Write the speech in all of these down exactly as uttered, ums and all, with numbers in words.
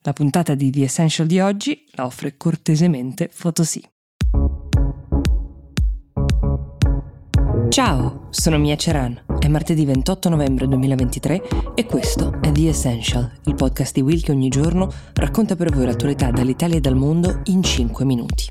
La puntata di The Essential di oggi la offre cortesemente Photosì. Ciao, sono Mia Ceran. È martedì ventotto novembre duemilaventitré e questo è The Essential, il podcast di Will che ogni giorno racconta per voi l'attualità dall'Italia e dal mondo in cinque minuti.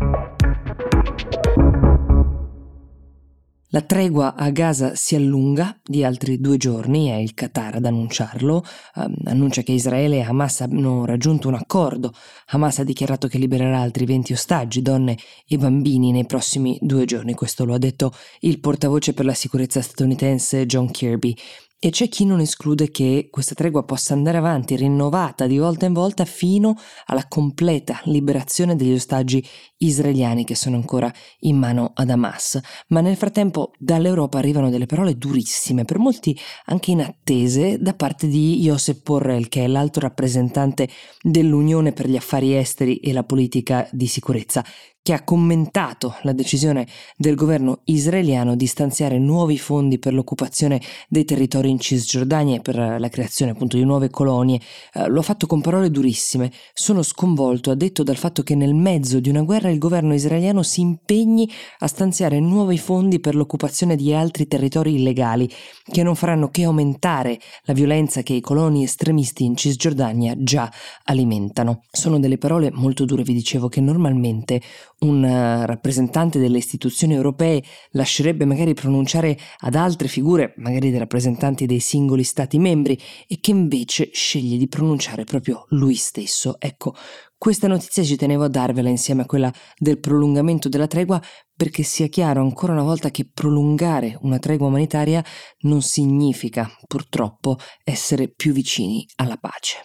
La tregua a Gaza si allunga di altri due giorni, è il Qatar ad annunciarlo, um, annuncia che Israele e Hamas hanno raggiunto un accordo. Hamas ha dichiarato che libererà altri venti ostaggi, donne e bambini nei prossimi due giorni, questo lo ha detto il portavoce per la sicurezza statunitense John Kirby. E c'è chi non esclude che questa tregua possa andare avanti, rinnovata di volta in volta, fino alla completa liberazione degli ostaggi israeliani che sono ancora in mano ad Hamas. Ma nel frattempo dall'Europa arrivano delle parole durissime, per molti anche inattese, da parte di Josep Borrell, che è l'alto rappresentante dell'Unione per gli affari esteri e la politica di sicurezza, che ha commentato la decisione del governo israeliano di stanziare nuovi fondi per l'occupazione dei territori in Cisgiordania e per la creazione appunto di nuove colonie. Eh, lo ha fatto con parole durissime. Sono sconvolto, ha detto, dal fatto che nel mezzo di una guerra il governo israeliano si impegni a stanziare nuovi fondi per l'occupazione di altri territori illegali che non faranno che aumentare la violenza che i coloni estremisti in Cisgiordania già alimentano. Sono delle parole molto dure, vi dicevo, che normalmente un rappresentante delle istituzioni europee lascerebbe magari pronunciare ad altre figure, magari dei rappresentanti dei singoli stati membri, e che invece sceglie di pronunciare proprio lui stesso. Ecco, questa notizia ci tenevo a darvela insieme a quella del prolungamento della tregua, perché sia chiaro ancora una volta che prolungare una tregua umanitaria non significa, purtroppo, essere più vicini alla pace.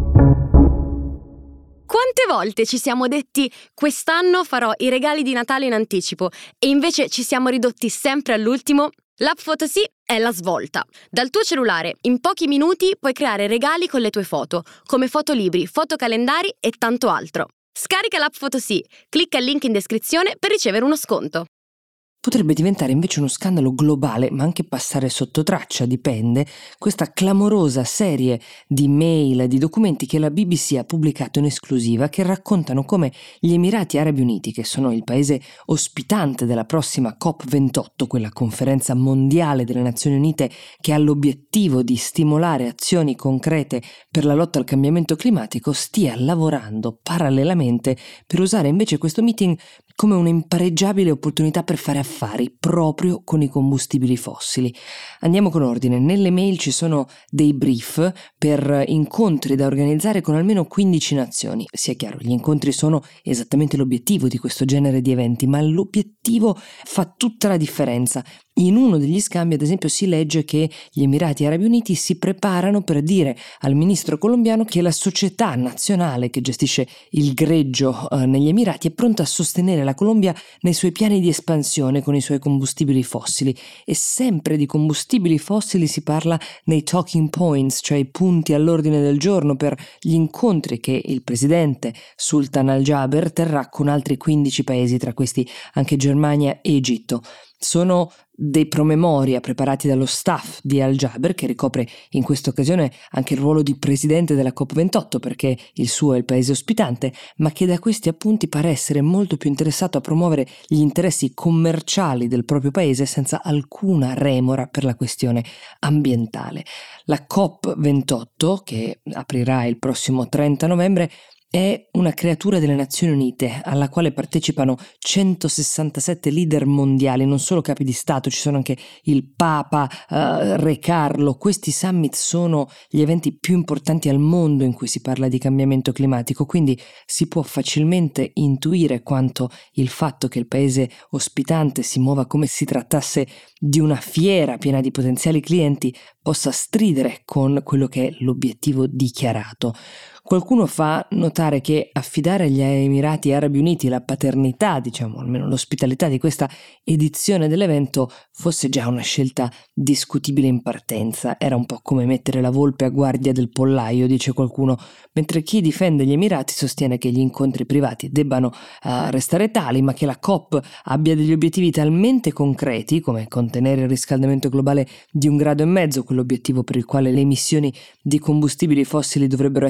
Quante volte ci siamo detti quest'anno farò i regali di Natale in anticipo e invece ci siamo ridotti sempre all'ultimo? L'app Photosì è la svolta. Dal tuo cellulare in pochi minuti puoi creare regali con le tue foto, come fotolibri, fotocalendari e tanto altro. Scarica l'app Photosì, clicca il link in descrizione per ricevere uno sconto. Potrebbe diventare invece uno scandalo globale, ma anche passare sotto traccia, dipende, questa clamorosa serie di mail, di documenti che la B B C ha pubblicato in esclusiva, che raccontano come gli Emirati Arabi Uniti, che sono il paese ospitante della prossima COP ventotto, quella conferenza mondiale delle Nazioni Unite che ha l'obiettivo di stimolare azioni concrete per la lotta al cambiamento climatico, stia lavorando parallelamente per usare invece questo meeting come un'impareggiabile opportunità per fare affari proprio con i combustibili fossili. Andiamo con ordine. Nelle mail ci sono dei brief per incontri da organizzare con almeno quindici nazioni. Sia chiaro, gli incontri sono esattamente l'obiettivo di questo genere di eventi, ma l'obiettivo fa tutta la differenza. In uno degli scambi, ad esempio, si legge che gli Emirati Arabi Uniti si preparano per dire al ministro colombiano che la società nazionale che gestisce il greggio eh, negli Emirati è pronta a sostenere la Colombia nei suoi piani di espansione con i suoi combustibili fossili. E sempre di combustibili fossili si parla nei talking points, cioè i punti all'ordine del giorno per gli incontri che il presidente Sultan Al-Jaber terrà con altri quindici paesi, tra questi anche Germania e Egitto. Sono dei promemoria preparati dallo staff di Al-Jaber, che ricopre in questa occasione anche il ruolo di presidente della COP ventotto, perché il suo è il paese ospitante, ma che da questi appunti pare essere molto più interessato a promuovere gli interessi commerciali del proprio paese senza alcuna remora per la questione ambientale. La COP ventotto, che aprirà il prossimo trenta novembre, è una creatura delle Nazioni Unite alla quale partecipano centosessantasette leader mondiali, non solo capi di Stato, ci sono anche il Papa, uh, Re Carlo. Questi summit sono gli eventi più importanti al mondo in cui si parla di cambiamento climatico, quindi si può facilmente intuire quanto il fatto che il paese ospitante si muova come si trattasse di una fiera piena di potenziali clienti possa stridere con quello che è l'obiettivo dichiarato. Qualcuno fa notare che affidare agli Emirati Arabi Uniti la paternità, diciamo almeno l'ospitalità di questa edizione dell'evento fosse già una scelta discutibile in partenza. Era un po' come mettere la volpe a guardia del pollaio, dice qualcuno, mentre chi difende gli Emirati sostiene che gli incontri privati debbano uh, restare tali, ma che la COP abbia degli obiettivi talmente concreti come contenere il riscaldamento globale di un grado e mezzo, quell'obiettivo per il quale le emissioni di combustibili fossili dovrebbero essere ridotte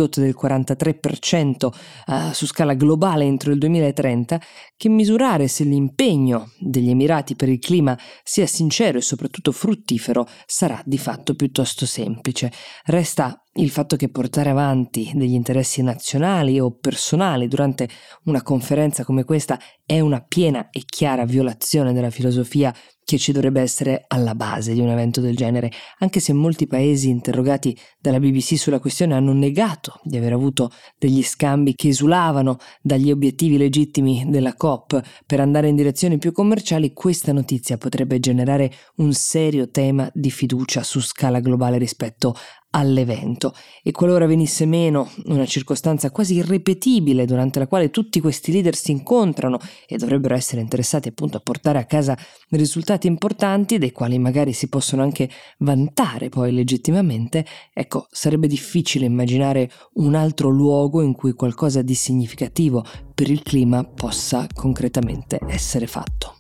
ridotto del quarantatré per cento uh, su scala globale entro il duemilatrenta, che misurare se l'impegno degli Emirati per il clima sia sincero e soprattutto fruttifero sarà di fatto piuttosto semplice. Resta il fatto che portare avanti degli interessi nazionali o personali durante una conferenza come questa è una piena e chiara violazione della filosofia che ci dovrebbe essere alla base di un evento del genere, anche se molti paesi interrogati dalla B B C sulla questione hanno negato di aver avuto degli scambi che esulavano dagli obiettivi legittimi della COP per andare in direzioni più commerciali. Questa notizia potrebbe generare un serio tema di fiducia su scala globale rispetto all'evento, e qualora venisse meno una circostanza quasi irripetibile durante la quale tutti questi leader si incontrano e dovrebbero essere interessati appunto a portare a casa risultati importanti dei quali magari si possono anche vantare poi legittimamente, ecco, sarebbe difficile immaginare un altro luogo in cui qualcosa di significativo per il clima possa concretamente essere fatto.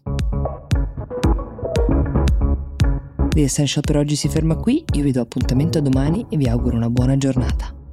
The Essential per oggi si ferma qui, io vi do appuntamento a domani e vi auguro una buona giornata.